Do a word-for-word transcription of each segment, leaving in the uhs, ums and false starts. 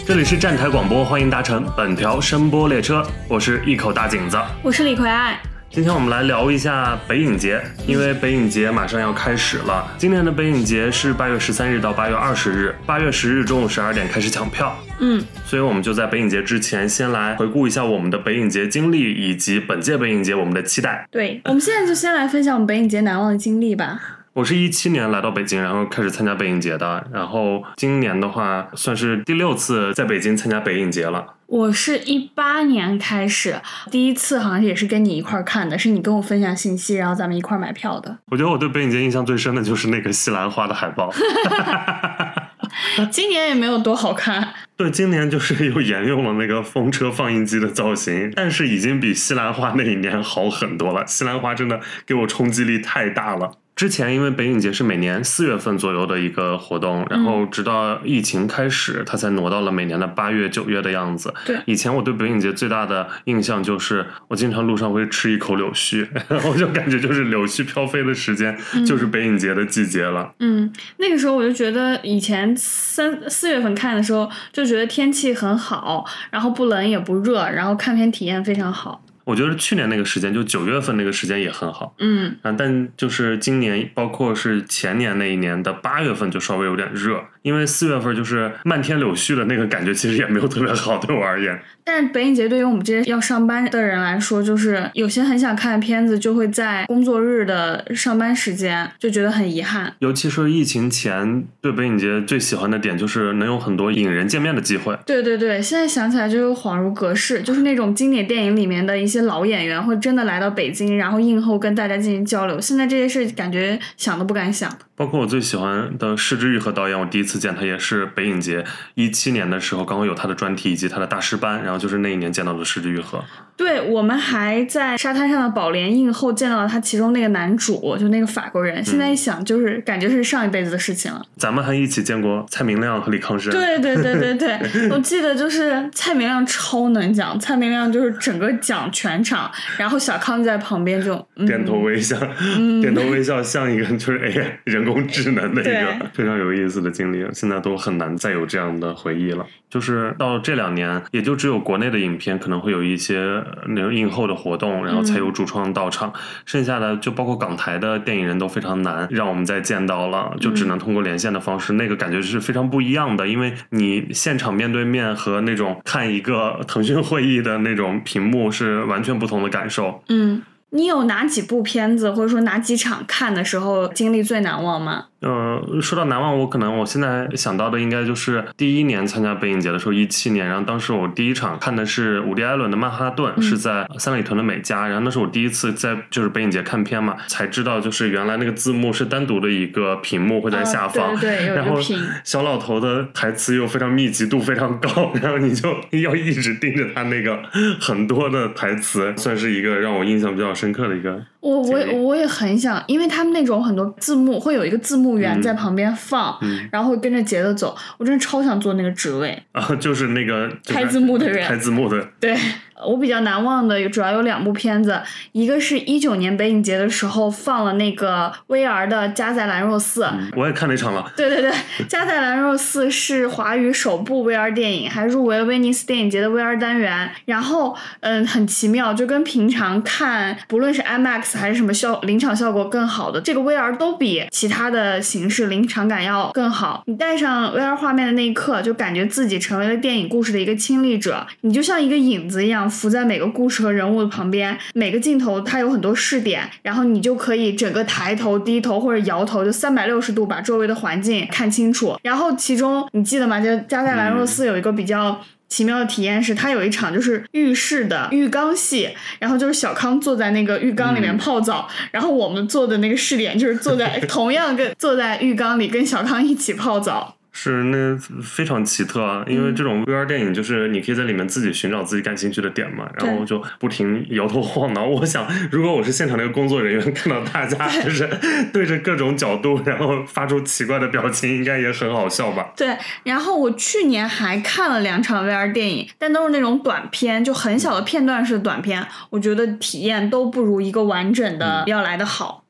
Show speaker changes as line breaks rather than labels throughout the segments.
这里是站台广播，欢迎搭乘本条声波列车，我是一口大井子，
我是李逵爱。
今天我们来聊一下北影节，因为北影节马上要开始了。今年的北影节是八月十三日到八月二十日，八月十日中午十二点开始抢票。
嗯，
所以我们就在北影节之前，先来回顾一下我们的北影节经历，以及本届北影节我们的期待。
对，我们现在就先来分享我们北影节难忘的经历吧。
我是一七年来到北京，然后开始参加北影节的，然后今年的话算是第六次在北京参加北影节了。
我是一八年开始，第一次好像也是跟你一块看的，是你跟我分享信息，然后咱们一块买票的。
我觉得我对北影节印象最深的就是那个西兰花的海报。
今年也没有多好看。
对，今年就是又沿用了那个风车放映机的造型，但是已经比西兰花那一年好很多了。西兰花真的给我冲击力太大了。之前因为北影节是每年四月份左右的一个活动，然后直到疫情开始，它才挪到了每年的八月九月的样子。
对，
以前我对北影节最大的印象就是我经常路上会吃一口柳絮，然后就感觉就是柳絮飘飞的时间就是北影节的季节了。
嗯，那个时候我就觉得以前三四月份看的时候就觉得天气很好，然后不冷也不热，然后看片体验非常好。
我觉得去年那个时间就九月份那个时间也很好，
嗯
啊，但就是今年包括是前年那一年的八月份就稍微有点热，因为四月份就是漫天柳絮的那个感觉其实也没有特别好对我而言。
但是北影节对于我们这些要上班的人来说，就是有些很想看的片子就会在工作日的上班时间，就觉得很遗憾。
尤其是疫情前，对北影节最喜欢的点就是能有很多影人见面的机会。
对对对，现在想起来就恍如隔世，就是那种经典电影里面的一些老演员会真的来到北京，然后映后跟大家进行交流。现在这些事感觉想都不敢想。
包括我最喜欢的是枝裕和导演，我第一次见他也是北影节一七年的时候，刚好有他的专题以及他的大师班，然后就是那一年见到的是枝裕和。
对，我们还在沙滩上的宝莲映后见到了他其中那个男主，就那个法国人。现在一想就是感觉是上一辈子的事情了。
咱们还一起见过蔡明亮和李康生。
对对对对对，我记得就是蔡明亮超能讲，蔡明亮就是整个讲全场，然后小康在旁边就、嗯、
点头微笑、嗯、点头微笑像一个就是 A I 人工智能的一个非常有意思的经历，现在都很难再有这样的回忆了。就是到这两年也就只有国内的影片可能会有一些那种映后的活动，然后才有主创到场、嗯、剩下的就包括港台的电影人都非常难让我们再见到了，就只能通过连线的方式、嗯、那个感觉是非常不一样的，因为你现场面对面和那种看一个腾讯会议的那种屏幕是完全不同的感受。
嗯，你有哪几部片子或者说哪几场看的时候经历最难忘吗？
呃，说到难忘，我可能我现在想到的应该就是第一年参加北影节的时候，一七年，然后当时我第一场看的是伍迪·艾伦的《曼哈顿》，嗯、是在三里屯的美嘉，然后那是我第一次在就是北影节看片嘛，才知道就是原来那个字幕是单独的一个屏幕会在下方，
哦、对对对，有一个屏，
然后小老头的台词又非常密集度非常高，然后你就要一直盯着他那个很多的台词，算是一个让我印象比较深刻的一个。
我我我也很想，因为他们那种很多字幕会有一个字幕员在旁边放、嗯、然后会跟着节奏走，我真的超想做那个职位
啊，就是那个
开字幕的人，
开字幕的。
对，我比较难忘的主要有两部片子，一个是一九年北影节的时候放了那个 V R 的《加在兰若寺》、嗯、
我也看那场了。
对对对，加在兰若寺是华语首部 V R 电影，还入围了威尼斯电影节的 V R 单元，然后嗯，很奇妙，就跟平常看不论是 IMAX 还是什么效临场效果更好的这个 V R 都比其他的形式临场感要更好。你戴上 V R 画面的那一刻，就感觉自己成为了电影故事的一个亲历者，你就像一个影子一样浮在每个故事和人物的旁边，每个镜头它有很多视点，然后你就可以整个抬头低头或者摇头，就三百六十度把周围的环境看清楚。然后其中你记得吗，就加在兰若寺有一个比较奇妙的体验是，他有一场就是浴室的浴缸戏，然后就是小康坐在那个浴缸里面泡澡、嗯、然后我们做的那个试点就是坐在同样跟坐在浴缸里跟小康一起泡澡。
是那非常奇特啊，因为这种 V R 电影就是你可以在里面自己寻找自己感兴趣的点嘛，然后就不停摇头晃脑。我想如果我是现场那个工作人员，看到大家就是对着各种角度然后发出奇怪的表情，应该也很好笑吧。
对，然后我去年还看了两场 V R 电影，但都是那种短片，就很小的片段式的短片，我觉得体验都不如一个完整的要来的好。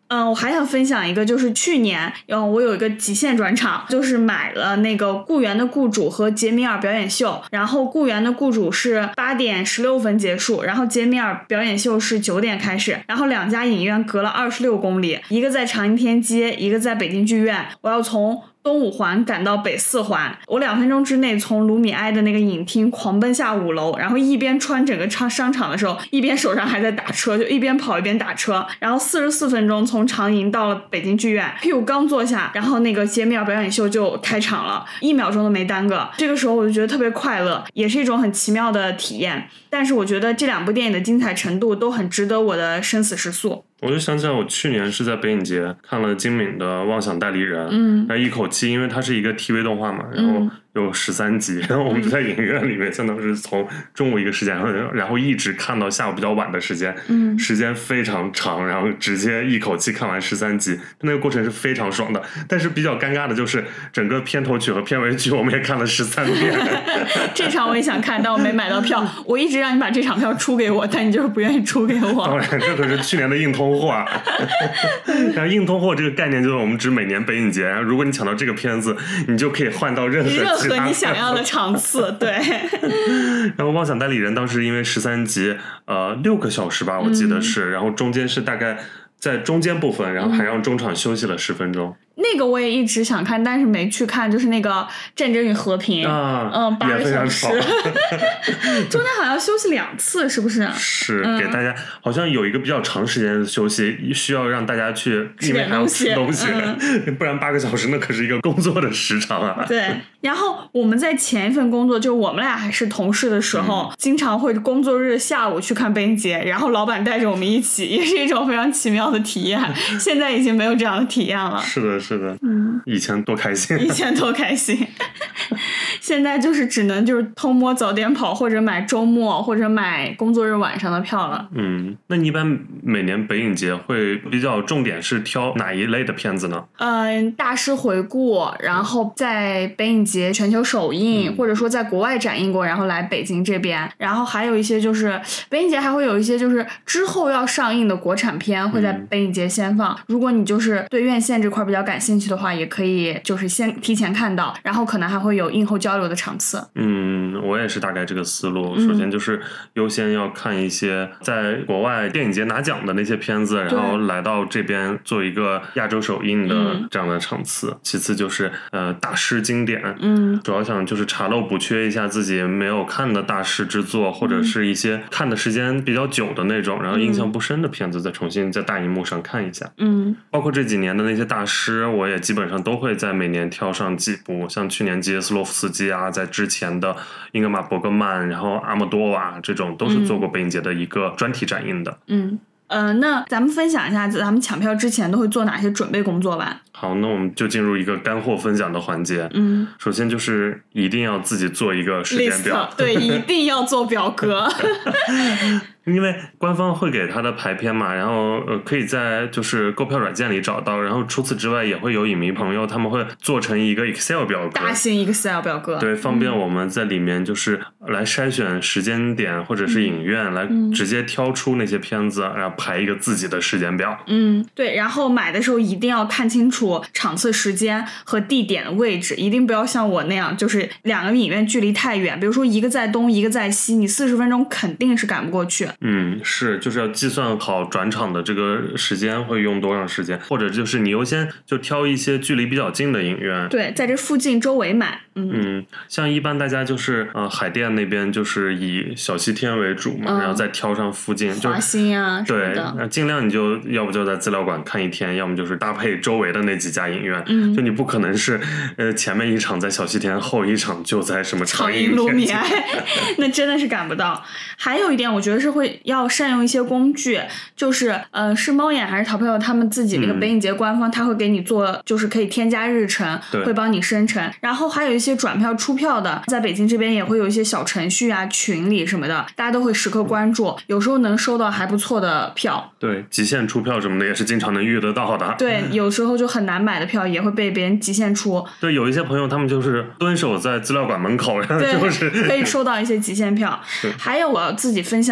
嗯，我还想分享一个，就是去年，嗯，我有一个极限转场，就是买了那个雇员的雇主和杰米尔表演秀，然后雇员的雇主是八点十六分结束，然后杰米尔表演秀是九点开始，然后两家影院隔了二十六公里，一个在长楹天街，一个在北京剧院，我要从东五环赶到北四环，我两分钟之内从卢米埃的那个影厅狂奔下五楼，然后一边穿整个商场的时候，一边手上还在打车，就一边跑一边打车，然后四十四分钟从长楹到了北京剧院，屁股刚坐下，然后那个杰米尔表演秀就开场了，一秒钟都没耽搁。这个时候我就觉得特别快乐，也是一种很奇妙的体验。但是我觉得这两部电影的精彩程度都很值得我的生死时速。
我就想起来，我去年是在北影节看了金敏的《妄想代理人》，
嗯，
那一口气，因为它是一个 T V 动画嘛，然后有十三集，然后我们就在影院里面，相当于是从中午一个时间，然后一直看到下午比较晚的时间，
嗯，
时间非常长，然后直接一口气看完十三集，那个过程是非常爽的。但是比较尴尬的就是整个片头曲和片尾曲我们也看了十三遍。
这场我也想看，但我没买到票。我一直让你把这场票出给我，但你就是不愿意出给我。
当然，这可是去年的硬通货。然后硬通货这个概念就是我们指每年北影节，如果你抢到这个片子，你就可以换到任何
任何你想要的场次。对。
然后《妄想代理人》当时因为十三集，呃，六个小时吧，我记得是，嗯、然后中间是大概在中间部分，然后还让中场休息了十分钟。
那个我也一直想看，但是没去看，就是那个《战争与和平》
啊，
嗯，八个小时，中间好像休息两次，是不是？
是、嗯、给大家好像有一个比较长时间的休息，需要让大家去，因为还要吃东西，嗯、不然八个小时那可是一个工作的时长啊。
对，然后我们在前一份工作，就我们俩还是同事的时候，嗯、经常会工作日下午去看北影节，然后老板带着我们一起，也是一种非常奇妙的体验。现在已经没有这样的体验了。
是的。是的，
嗯，
以前多开心，
以前多开心，现在就是只能就是偷摸早点跑，或者买周末或者买工作日晚上的票了。
嗯，那你一般每年北影节会比较重点是挑哪一类的片子呢？
嗯，大师回顾，然后在北影节全球首映、嗯、或者说在国外展映过，然后来北京这边，然后还有一些就是北影节还会有一些就是之后要上映的国产片会在北影节先放、嗯、如果你就是对院线这块比较感兴趣的话，也可以就是先提前看到，然后可能还会有映后交流的场次。
嗯，我也是大概这个思路。首先就是优先要看一些在国外电影节拿奖的那些片子，然后来到这边做一个亚洲首映的这样的场次。嗯、其次就是呃大师经典，
嗯，
主要想就是查漏补缺一下自己没有看的大师之作，或者是一些看的时间比较久的那种，然后印象不深的片子，再重新在大荧幕上看一下。
嗯，
包括这几年的那些大师，我也基本上都会在每年挑上几部，像去年基斯洛夫斯基啊，在之前的英格玛伯格曼，然后阿莫多瓦这种都是做过北影节的一个专题展映的。
嗯呃，那咱们分享一下咱们抢票之前都会做哪些准备工作吧。
好，那我们就进入一个干货分享的环节。
嗯，
首先就是一定要自己做一个时间表，
对，一定要做表格。
因为官方会给他的排片嘛，然后呃可以在就是购票软件里找到，然后除此之外也会有影迷朋友他们会做成一个 Excel 表格，
大型 Excel 表格，
对，方便我们在里面就是来筛选时间点或者是影院、嗯、来直接挑出那些片子，然后排一个自己的时间表。
嗯，对，然后买的时候一定要看清楚场次时间和地点的位置，一定不要像我那样就是两个影院距离太远，比如说一个在东一个在西，你四十分钟肯定是赶不过去。
嗯，是，就是要计算好转场的这个时间会用多长时间，或者就是你优先就挑一些距离比较近的影院，
对，在这附近周围买。嗯,
嗯像一般大家就是呃海淀那边就是以小西天为主嘛、嗯、然后再挑上附近
华新啊什么的，
对，那尽量你就要不就在资料馆看一天，要么就是搭配周围的那几家影院。嗯，就你不可能是呃前面一场在小西天，后一场就在什么长
影卢米埃，那真的是赶不到。还有一点我觉得是会要善用一些工具，就是呃是猫眼还是淘票他们自己那个北影节官方、嗯、他会给你做就是可以添加日程，会帮你生成，然后还有一些转票出票的，在北京这边也会有一些小程序啊群里什么的，大家都会时刻关注，有时候能收到还不错的票。
对，极限出票什么的也是经常能遇得到的。
对，有时候就很难买的票也会被别人极限出。
对，有一些朋友他们就是蹲守在资料馆门口，然后就是
可以收到一些极限票。还有我自己分享一个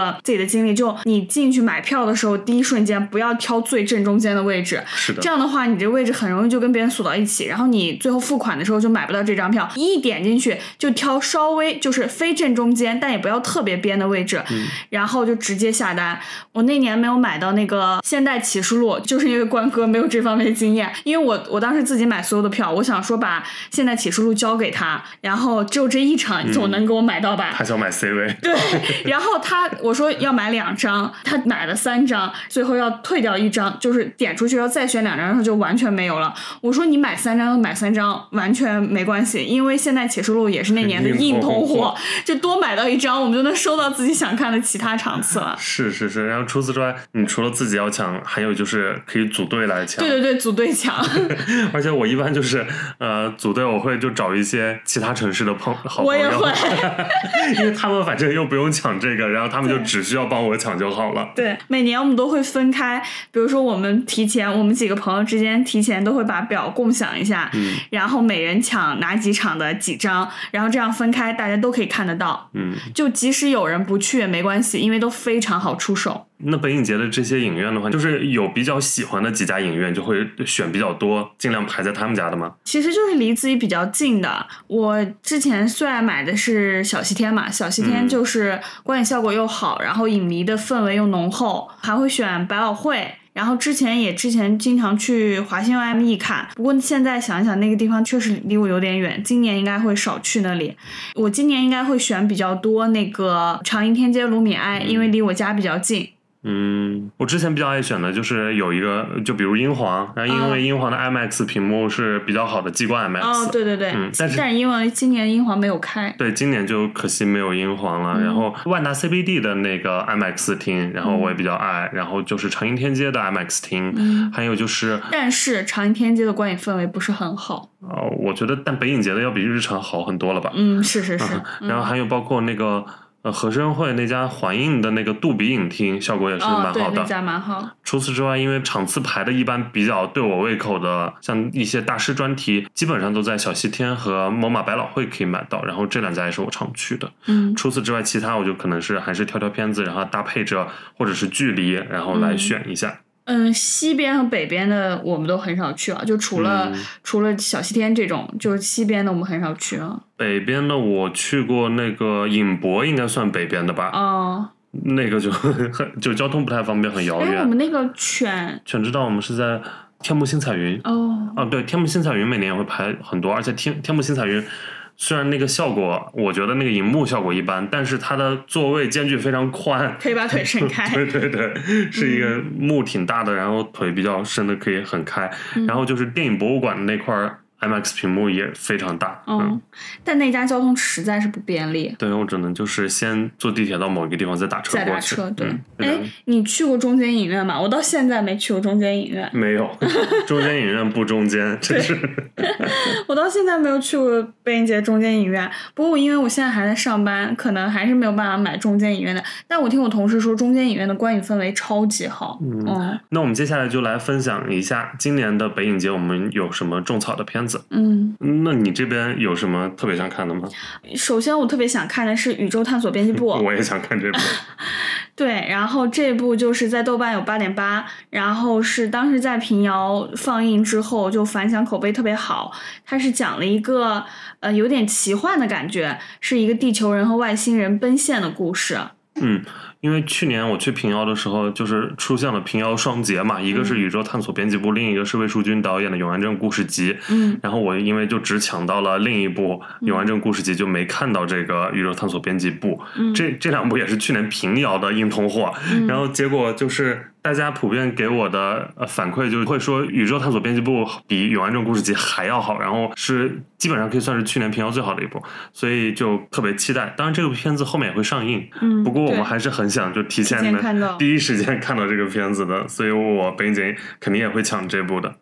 个自己的经历，就你进去买票的时候，第一瞬间不要挑最正中间的位置，
是的，
这样的话你这个位置很容易就跟别人锁到一起，然后你最后付款的时候就买不到这张票。一点进去就挑稍微就是非正中间但也不要特别边的位置、嗯、然后就直接下单。我那年没有买到那个现代启示录，就是因为关哥没有这方面的经验，因为我我当时自己买所有的票，我想说把现代启示录交给他，然后只有这一场你总能给我买到吧、
嗯、他想买 C 位，
对，然后他我说要买两张，他买了三张，最后要退掉一张，就是点出去要再选两张，然后就完全没有了。我说你买三张买三张完全没关系，因为现在启示录也是那年的硬通货，就多买到一张我们就能收到自己想看的其他场次了。
是是是，然后除此之外你除了自己要抢，还有就是可以组队来抢。
对对对，组队抢。
而且我一般就是呃组队我会就找一些其他城市的朋好朋友，
我也会
因为他们反正又不用抢这个，然后他们就只需要帮我抢就好了。
对，每年我们都会分开，比如说我们提前我们几个朋友之间提前都会把表共享一下、嗯、然后每人抢哪几场的几张，然后这样分开大家都可以看得到。嗯，就即使有人不去也没关系，因为都非常好出手。
那北影节的这些影院的话，就是有比较喜欢的几家影院就会选比较多，尽量排在他们家的吗？
其实就是离自己比较近的。我之前最爱买的是小西天嘛，小西天就是观影效果又好、嗯、然后影迷的氛围又浓厚，还会选百老汇，然后之前也之前经常去华星 O M E 看，不过现在想一想那个地方确实离我有点远，今年应该会少去那里。我今年应该会选比较多那个长楹天街卢米埃、嗯、因为离我家比较近。
嗯，我之前比较爱选的就是有一个，就比如英皇，然后因为英皇的 IMAX 屏幕是比较好的激光 IMAX。
哦，对对对，
嗯，但是
但是因为今年英皇没有开，
对，今年就可惜没有英皇了。嗯、然后万达 C B D 的那个 IMAX 厅，然后我也比较爱，嗯、然后就是长楹天街的 IMAX 厅、嗯，还有就是，但
是长楹天街的观影氛围不是很好。
哦，我觉得但北影节的要比日常好很多了吧？
嗯，是是是。
嗯、然后还有包括那个。呃，和生汇那家环映的那个杜比影厅效果也是蛮好的，
哦、对，那家蛮好。
除此之外，因为场次排的一般比较对我胃口的，像一些大师专题，基本上都在小西天和某马百老汇可以买到，然后这两家也是我常去的。嗯，除此之外，其他我就可能是还是挑挑片子，然后搭配着或者是距离，然后来选一下。嗯
嗯，西边和北边的我们都很少去啊，就除了、嗯、除了小西天这种，就是西边的我们很少去啊。
北边的我去过那个影博，应该算北边的吧？
哦，
那个就就交通不太方便，很遥远。
哎，我们那个犬
犬之道，我们是在天幕星彩云。
哦，
啊，对，天幕星彩云每年也会排很多，而且天天幕星彩云。虽然那个效果我觉得那个荧幕效果一般，但是它的座位间距非常宽，
可以把腿伸开。
对对对，是一个幕挺大的、嗯、然后腿比较伸的可以很开、嗯、然后就是电影博物馆的那块IMAX 屏幕也非常大。
嗯，嗯但那家交通实在是不便利。
对，我只能就是先坐地铁到某一个地方再打车过去。
再打车，对。哎、嗯，你去过中间影院吗？我到现在没去过中间影院。
没有，中间影院不中间，真是。
我到现在没有去过北影节中间影院，不过因为我现在还在上班，可能还是没有办法买中间影院的。但我听我同事说，中间影院的观影氛围超级好。嗯，嗯
那我们接下来就来分享一下今年的北影节我们有什么种草的片子。
嗯，
那你这边有什么特别想看的吗？
首先我特别想看的是宇宙探索编辑部。
我也想看这部。
对，然后这部就是在豆瓣有 八点八， 然后是当时在平遥放映之后就反响口碑特别好。它是讲了一个呃有点奇幻的感觉，是一个地球人和外星人奔现的故事。
嗯，因为去年我去平遥的时候，就是出现了平遥双节嘛，一个是宇宙探索编辑部，嗯、另一个是魏淑君导演的《永安镇故事集》。嗯，然后我因为就只抢到了另一部《永安镇故事集》，就没看到这个宇宙探索编辑部。嗯，这这两部也是去年平遥的硬通货。嗯，然后结果就是大家普遍给我的呃反馈就会说，宇宙探索编辑部比《永安镇故事集》还要好，然后是基本上可以算是去年平遥最好的一部，所以就特别期待。当然，这个片子后面也会上映。嗯，不过我们还是很想就提前的第一时间看到这个片子的，所以我北影节肯定也会抢这部的。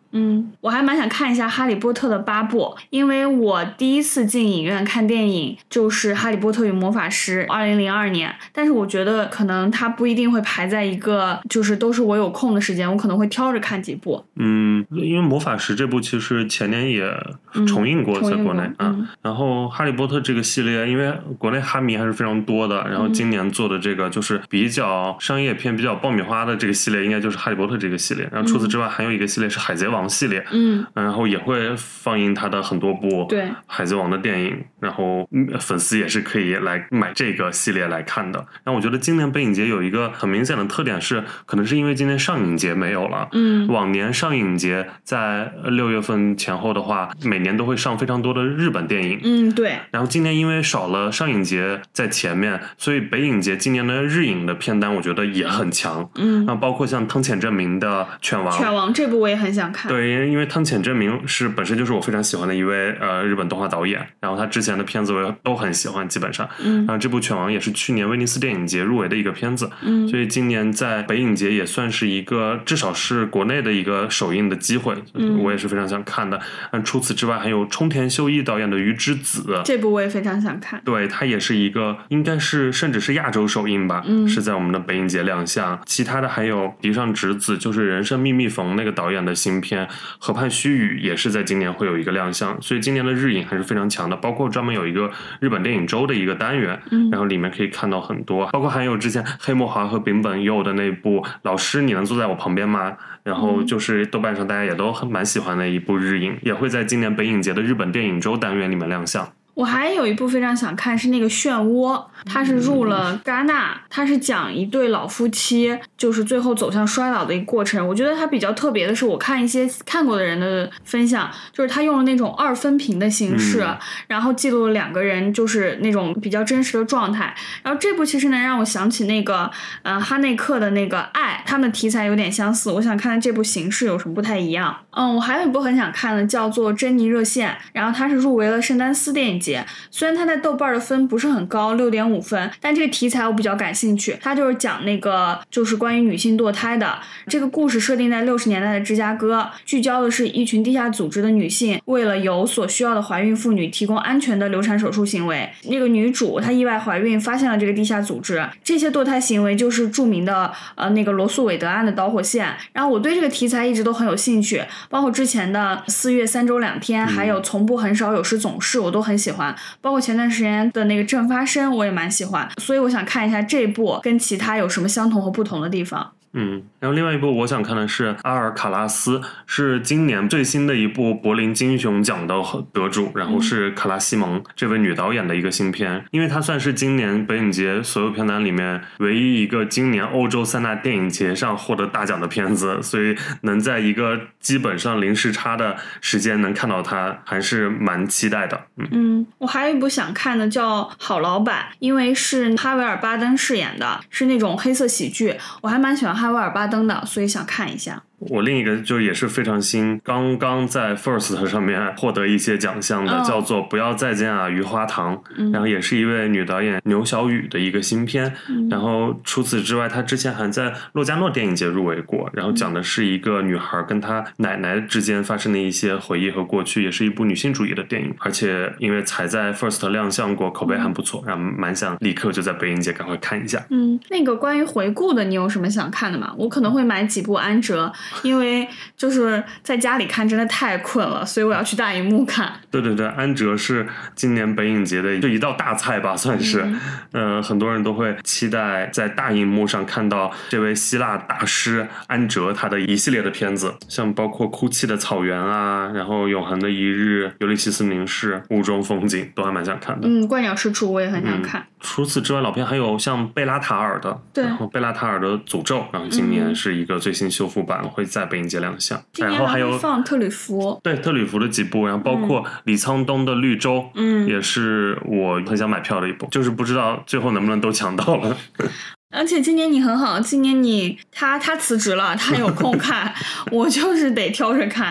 嗯，我还蛮想看一下哈利波特的八部，因为我第一次进影院看电影就是哈利波特与魔法师二零零二年，但是我觉得可能它不一定会排在一个就是都是我有空的时间，我可能会挑着看几部。
嗯，因为魔法师这部其实前年也重映过在国内、嗯、啊、嗯，然后哈利波特这个系列因为国内哈迷还是非常多的，然后今年做的这个就是比较商业片比较爆米花的这个系列应该就是哈利波特这个系列，然后除此之外还有一个系列是海贼王系列，嗯，然后也会放映它的很多部对海贼王的电影，然后粉丝也是可以来买这个系列来看的。然后我觉得今年北影节有一个很明显的特点是，可能是因为今年上影节没有了，嗯，往年上影节在六月份前后的话每年都会上非常多的日本电影，
嗯，对，
然后今年因为少了上影节在前面，所以北影节今年的日影的片单我觉得也很强，嗯，然后包括像汤浅政明的犬王，
犬王这部我也很想看，
对，因为汤浅政明是本身就是我非常喜欢的一位呃日本动画导演，然后他之前的片子我都很喜欢基本上，嗯，然后这部犬王也是去年威尼斯电影节入围的一个片子，嗯，所以今年在北影节也算是一个至少是国内的一个首映的机会，嗯，我也是非常想看的。嗯，除此之外还有冲田秀一导演的《鱼之子》，
这部我也非常想看，
对，它也是一个应该是甚至是亚洲首映吧，嗯，是在我们的北影节亮相。其他的还有嫡上直子，就是人生秘密缝那个导演的新片《河畔须臾》也是在今年会有一个亮相，所以今年的日影还是非常强的，包括专门有一个日本电影周的一个单元，嗯，然后里面可以看到很多，包括还有之前黑木华和柄本佑的那部《老师你能坐在我旁边吗》，然后就是豆瓣上大家也都很蛮喜欢的一部日影，也会在今年北影节的日本电影周单元里面亮相。
我还有一部非常想看是那个漩涡，它是入了戛纳，它是讲一对老夫妻就是最后走向衰老的一个过程。我觉得它比较特别的是，我看一些看过的人的分享，就是他用了那种二分屏的形式、嗯、然后记录了两个人就是那种比较真实的状态。然后这部其实能让我想起那个呃哈内克的那个爱，他们的题材有点相似，我想看看这部形式有什么不太一样。嗯，我还有一部很想看的叫做珍妮热线，然后它是入围了圣丹斯电影节，虽然它在豆瓣的分不是很高 六点五 分，但这个题材我比较感兴趣。它就是讲那个就是关于女性堕胎的，这个故事设定在六十年代的芝加哥，聚焦的是一群地下组织的女性为了有所需要的怀孕妇女提供安全的流产手术行为。那个女主她意外怀孕，发现了这个地下组织，这些堕胎行为就是著名的呃那个罗素韦德案的导火线。然后我对这个题材一直都很有兴趣，包括之前的四月三周两天，还有从不很少有时总是我都很喜欢，包括前段时间的那个正发生我也蛮喜欢，所以我想看一下这部跟其他有什么相同和不同的地方。
嗯，然后另外一部我想看的是阿尔卡拉斯，是今年最新的一部柏林金熊奖的得主，然后是卡拉西蒙这位女导演的一个新片，因为她算是今年北影节所有片单里面唯一一个今年欧洲三大电影节上获得大奖的片子，所以能在一个基本上零时差的时间能看到她还是蛮期待的。 嗯,
嗯我还有一部想看的叫好老板，因为是哈维尔巴登饰演的，是那种黑色喜剧，我还蛮喜欢哈维尔巴登的，所以想看一下。
我另一个就也是非常新，刚刚在 First 上面获得一些奖项的、哦、叫做不要再见啊余花堂、嗯、然后也是一位女导演牛小雨的一个新片、嗯、然后除此之外她之前还在洛迦诺电影节入围过，然后讲的是一个女孩跟她奶奶之间发生的一些回忆和过去，也是一部女性主义的电影，而且因为才在 First 亮相过，口碑还不错、嗯、然后蛮想立刻就在北影节赶快看一下。
嗯，那个关于回顾的你有什么想看的吗？我可能会买几部安哲，因为就是在家里看真的太困了，所以我要去大荧幕看。
对对对，安哲是今年北影节的就一道大菜吧算是、嗯呃、很多人都会期待在大荧幕上看到这位希腊大师安哲他的一系列的片子，像包括哭泣的草原啊，然后永恒的一日，尤利西斯凝视，雾中风景，都还蛮想看的。
嗯，怪鸟之处我也很想看、嗯、
除此之外老片还有像贝拉塔尔的，
对，
然后贝拉塔尔的诅咒，然后今年是一个最新修复版、嗯、会在北影节亮相，然后还有
放特吕弗，
对特吕弗的几部，然后包括李沧东的绿洲，嗯，也是我很想买票的一部，就是不知道最后能不能都抢到了。
而且今年你很好，今年你他他辞职了，他有空看，我就是得挑着看。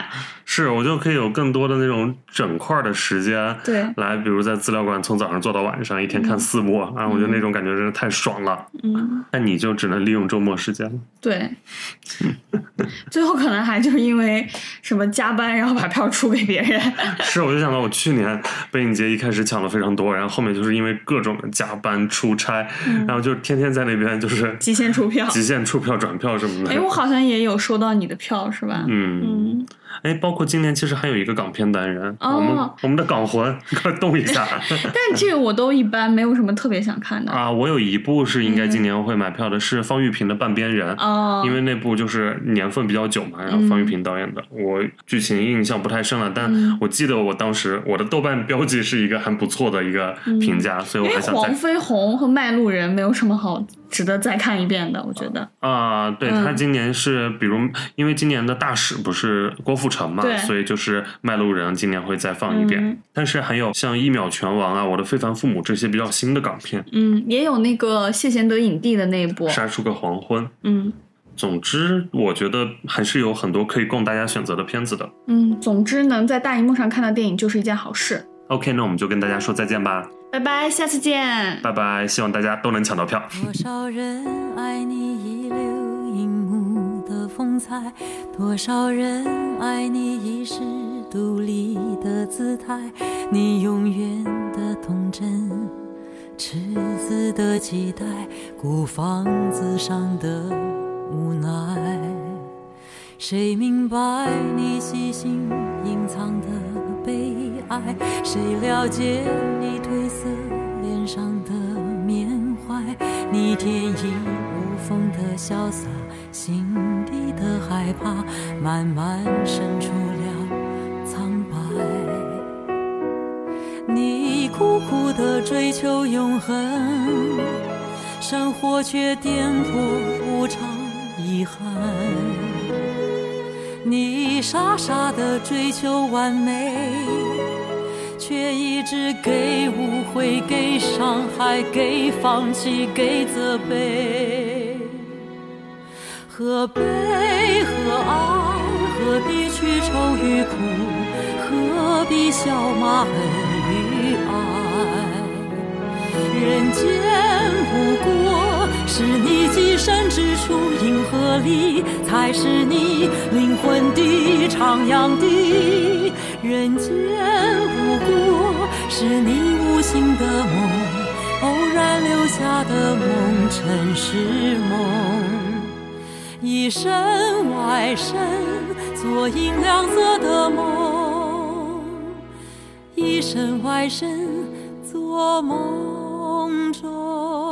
是我就可以有更多的那种整块的时间，
对，
来比如在资料馆从早上做到晚上，一天看四部、嗯、啊，我觉得那种感觉真的太爽了。嗯，但你就只能利用周末时间了。
对，最后可能还就是因为什么加班，然后把票出给别人。
是，我就想到我去年北影节一开始抢了非常多，然后后面就是因为各种的加班出差、嗯、然后就天天在那边就是
极限出票
极限出票转票什么的。
哎，我好像也有收到你的票是吧？
嗯嗯，哎，包括今年其实还有一个港片单元、哦、我们我们的港魂快动一下。
但这个我都一般，没有什么特别想看的
啊。我有一部是应该今年会买票的、嗯、是方玉萍的半边人、哦、因为那部就是年份比较久嘛，然后方玉萍导演的、嗯、我剧情印象不太深了，但我记得我当时我的豆瓣标记是一个很不错的一个评价、嗯、所以我还想再。
因为黄飞鸿和麦路人没有什么好值得再看一遍的，我觉得
啊，对、嗯、他今年是比如因为今年的大使不是郭富城嘛，所以就是麦路人今年会再放一遍、嗯、但是还有像一秒拳王啊，我的非凡父母这些比较新的港片，
嗯，也有那个谢贤得影帝的那一部
杀出个黄昏，
嗯，
总之我觉得还是有很多可以供大家选择的片子的，
嗯，总之能在大荧幕上看到电影就是一件好事。
OK， 那我们就跟大家说再见吧，
拜拜，下次见，
拜拜，希望大家都能抢到票。
多少人爱你一流荧幕的风采，多少人爱你一时独立的姿态，你永远的童真，赤子的期待，孤房子上的无奈，谁明白你细心隐藏的悲哀，谁了解你褪色脸上的缅怀，你天衣无缝的潇洒，心底的害怕慢慢渗出了苍白，你苦苦的追求永恒，生活却颠簸无常遗憾，你傻傻的追求完美，却一直给误会，给伤害，给放弃，给责备，何悲何爱，何必去愁与苦，何必笑骂恨与爱，人间不过是你寄身之处，银河里才是你灵魂的徜徉地，人间不过是你无心的梦，偶然留下的梦，尘世梦，以身外身做银亮色的梦，以身外身做梦中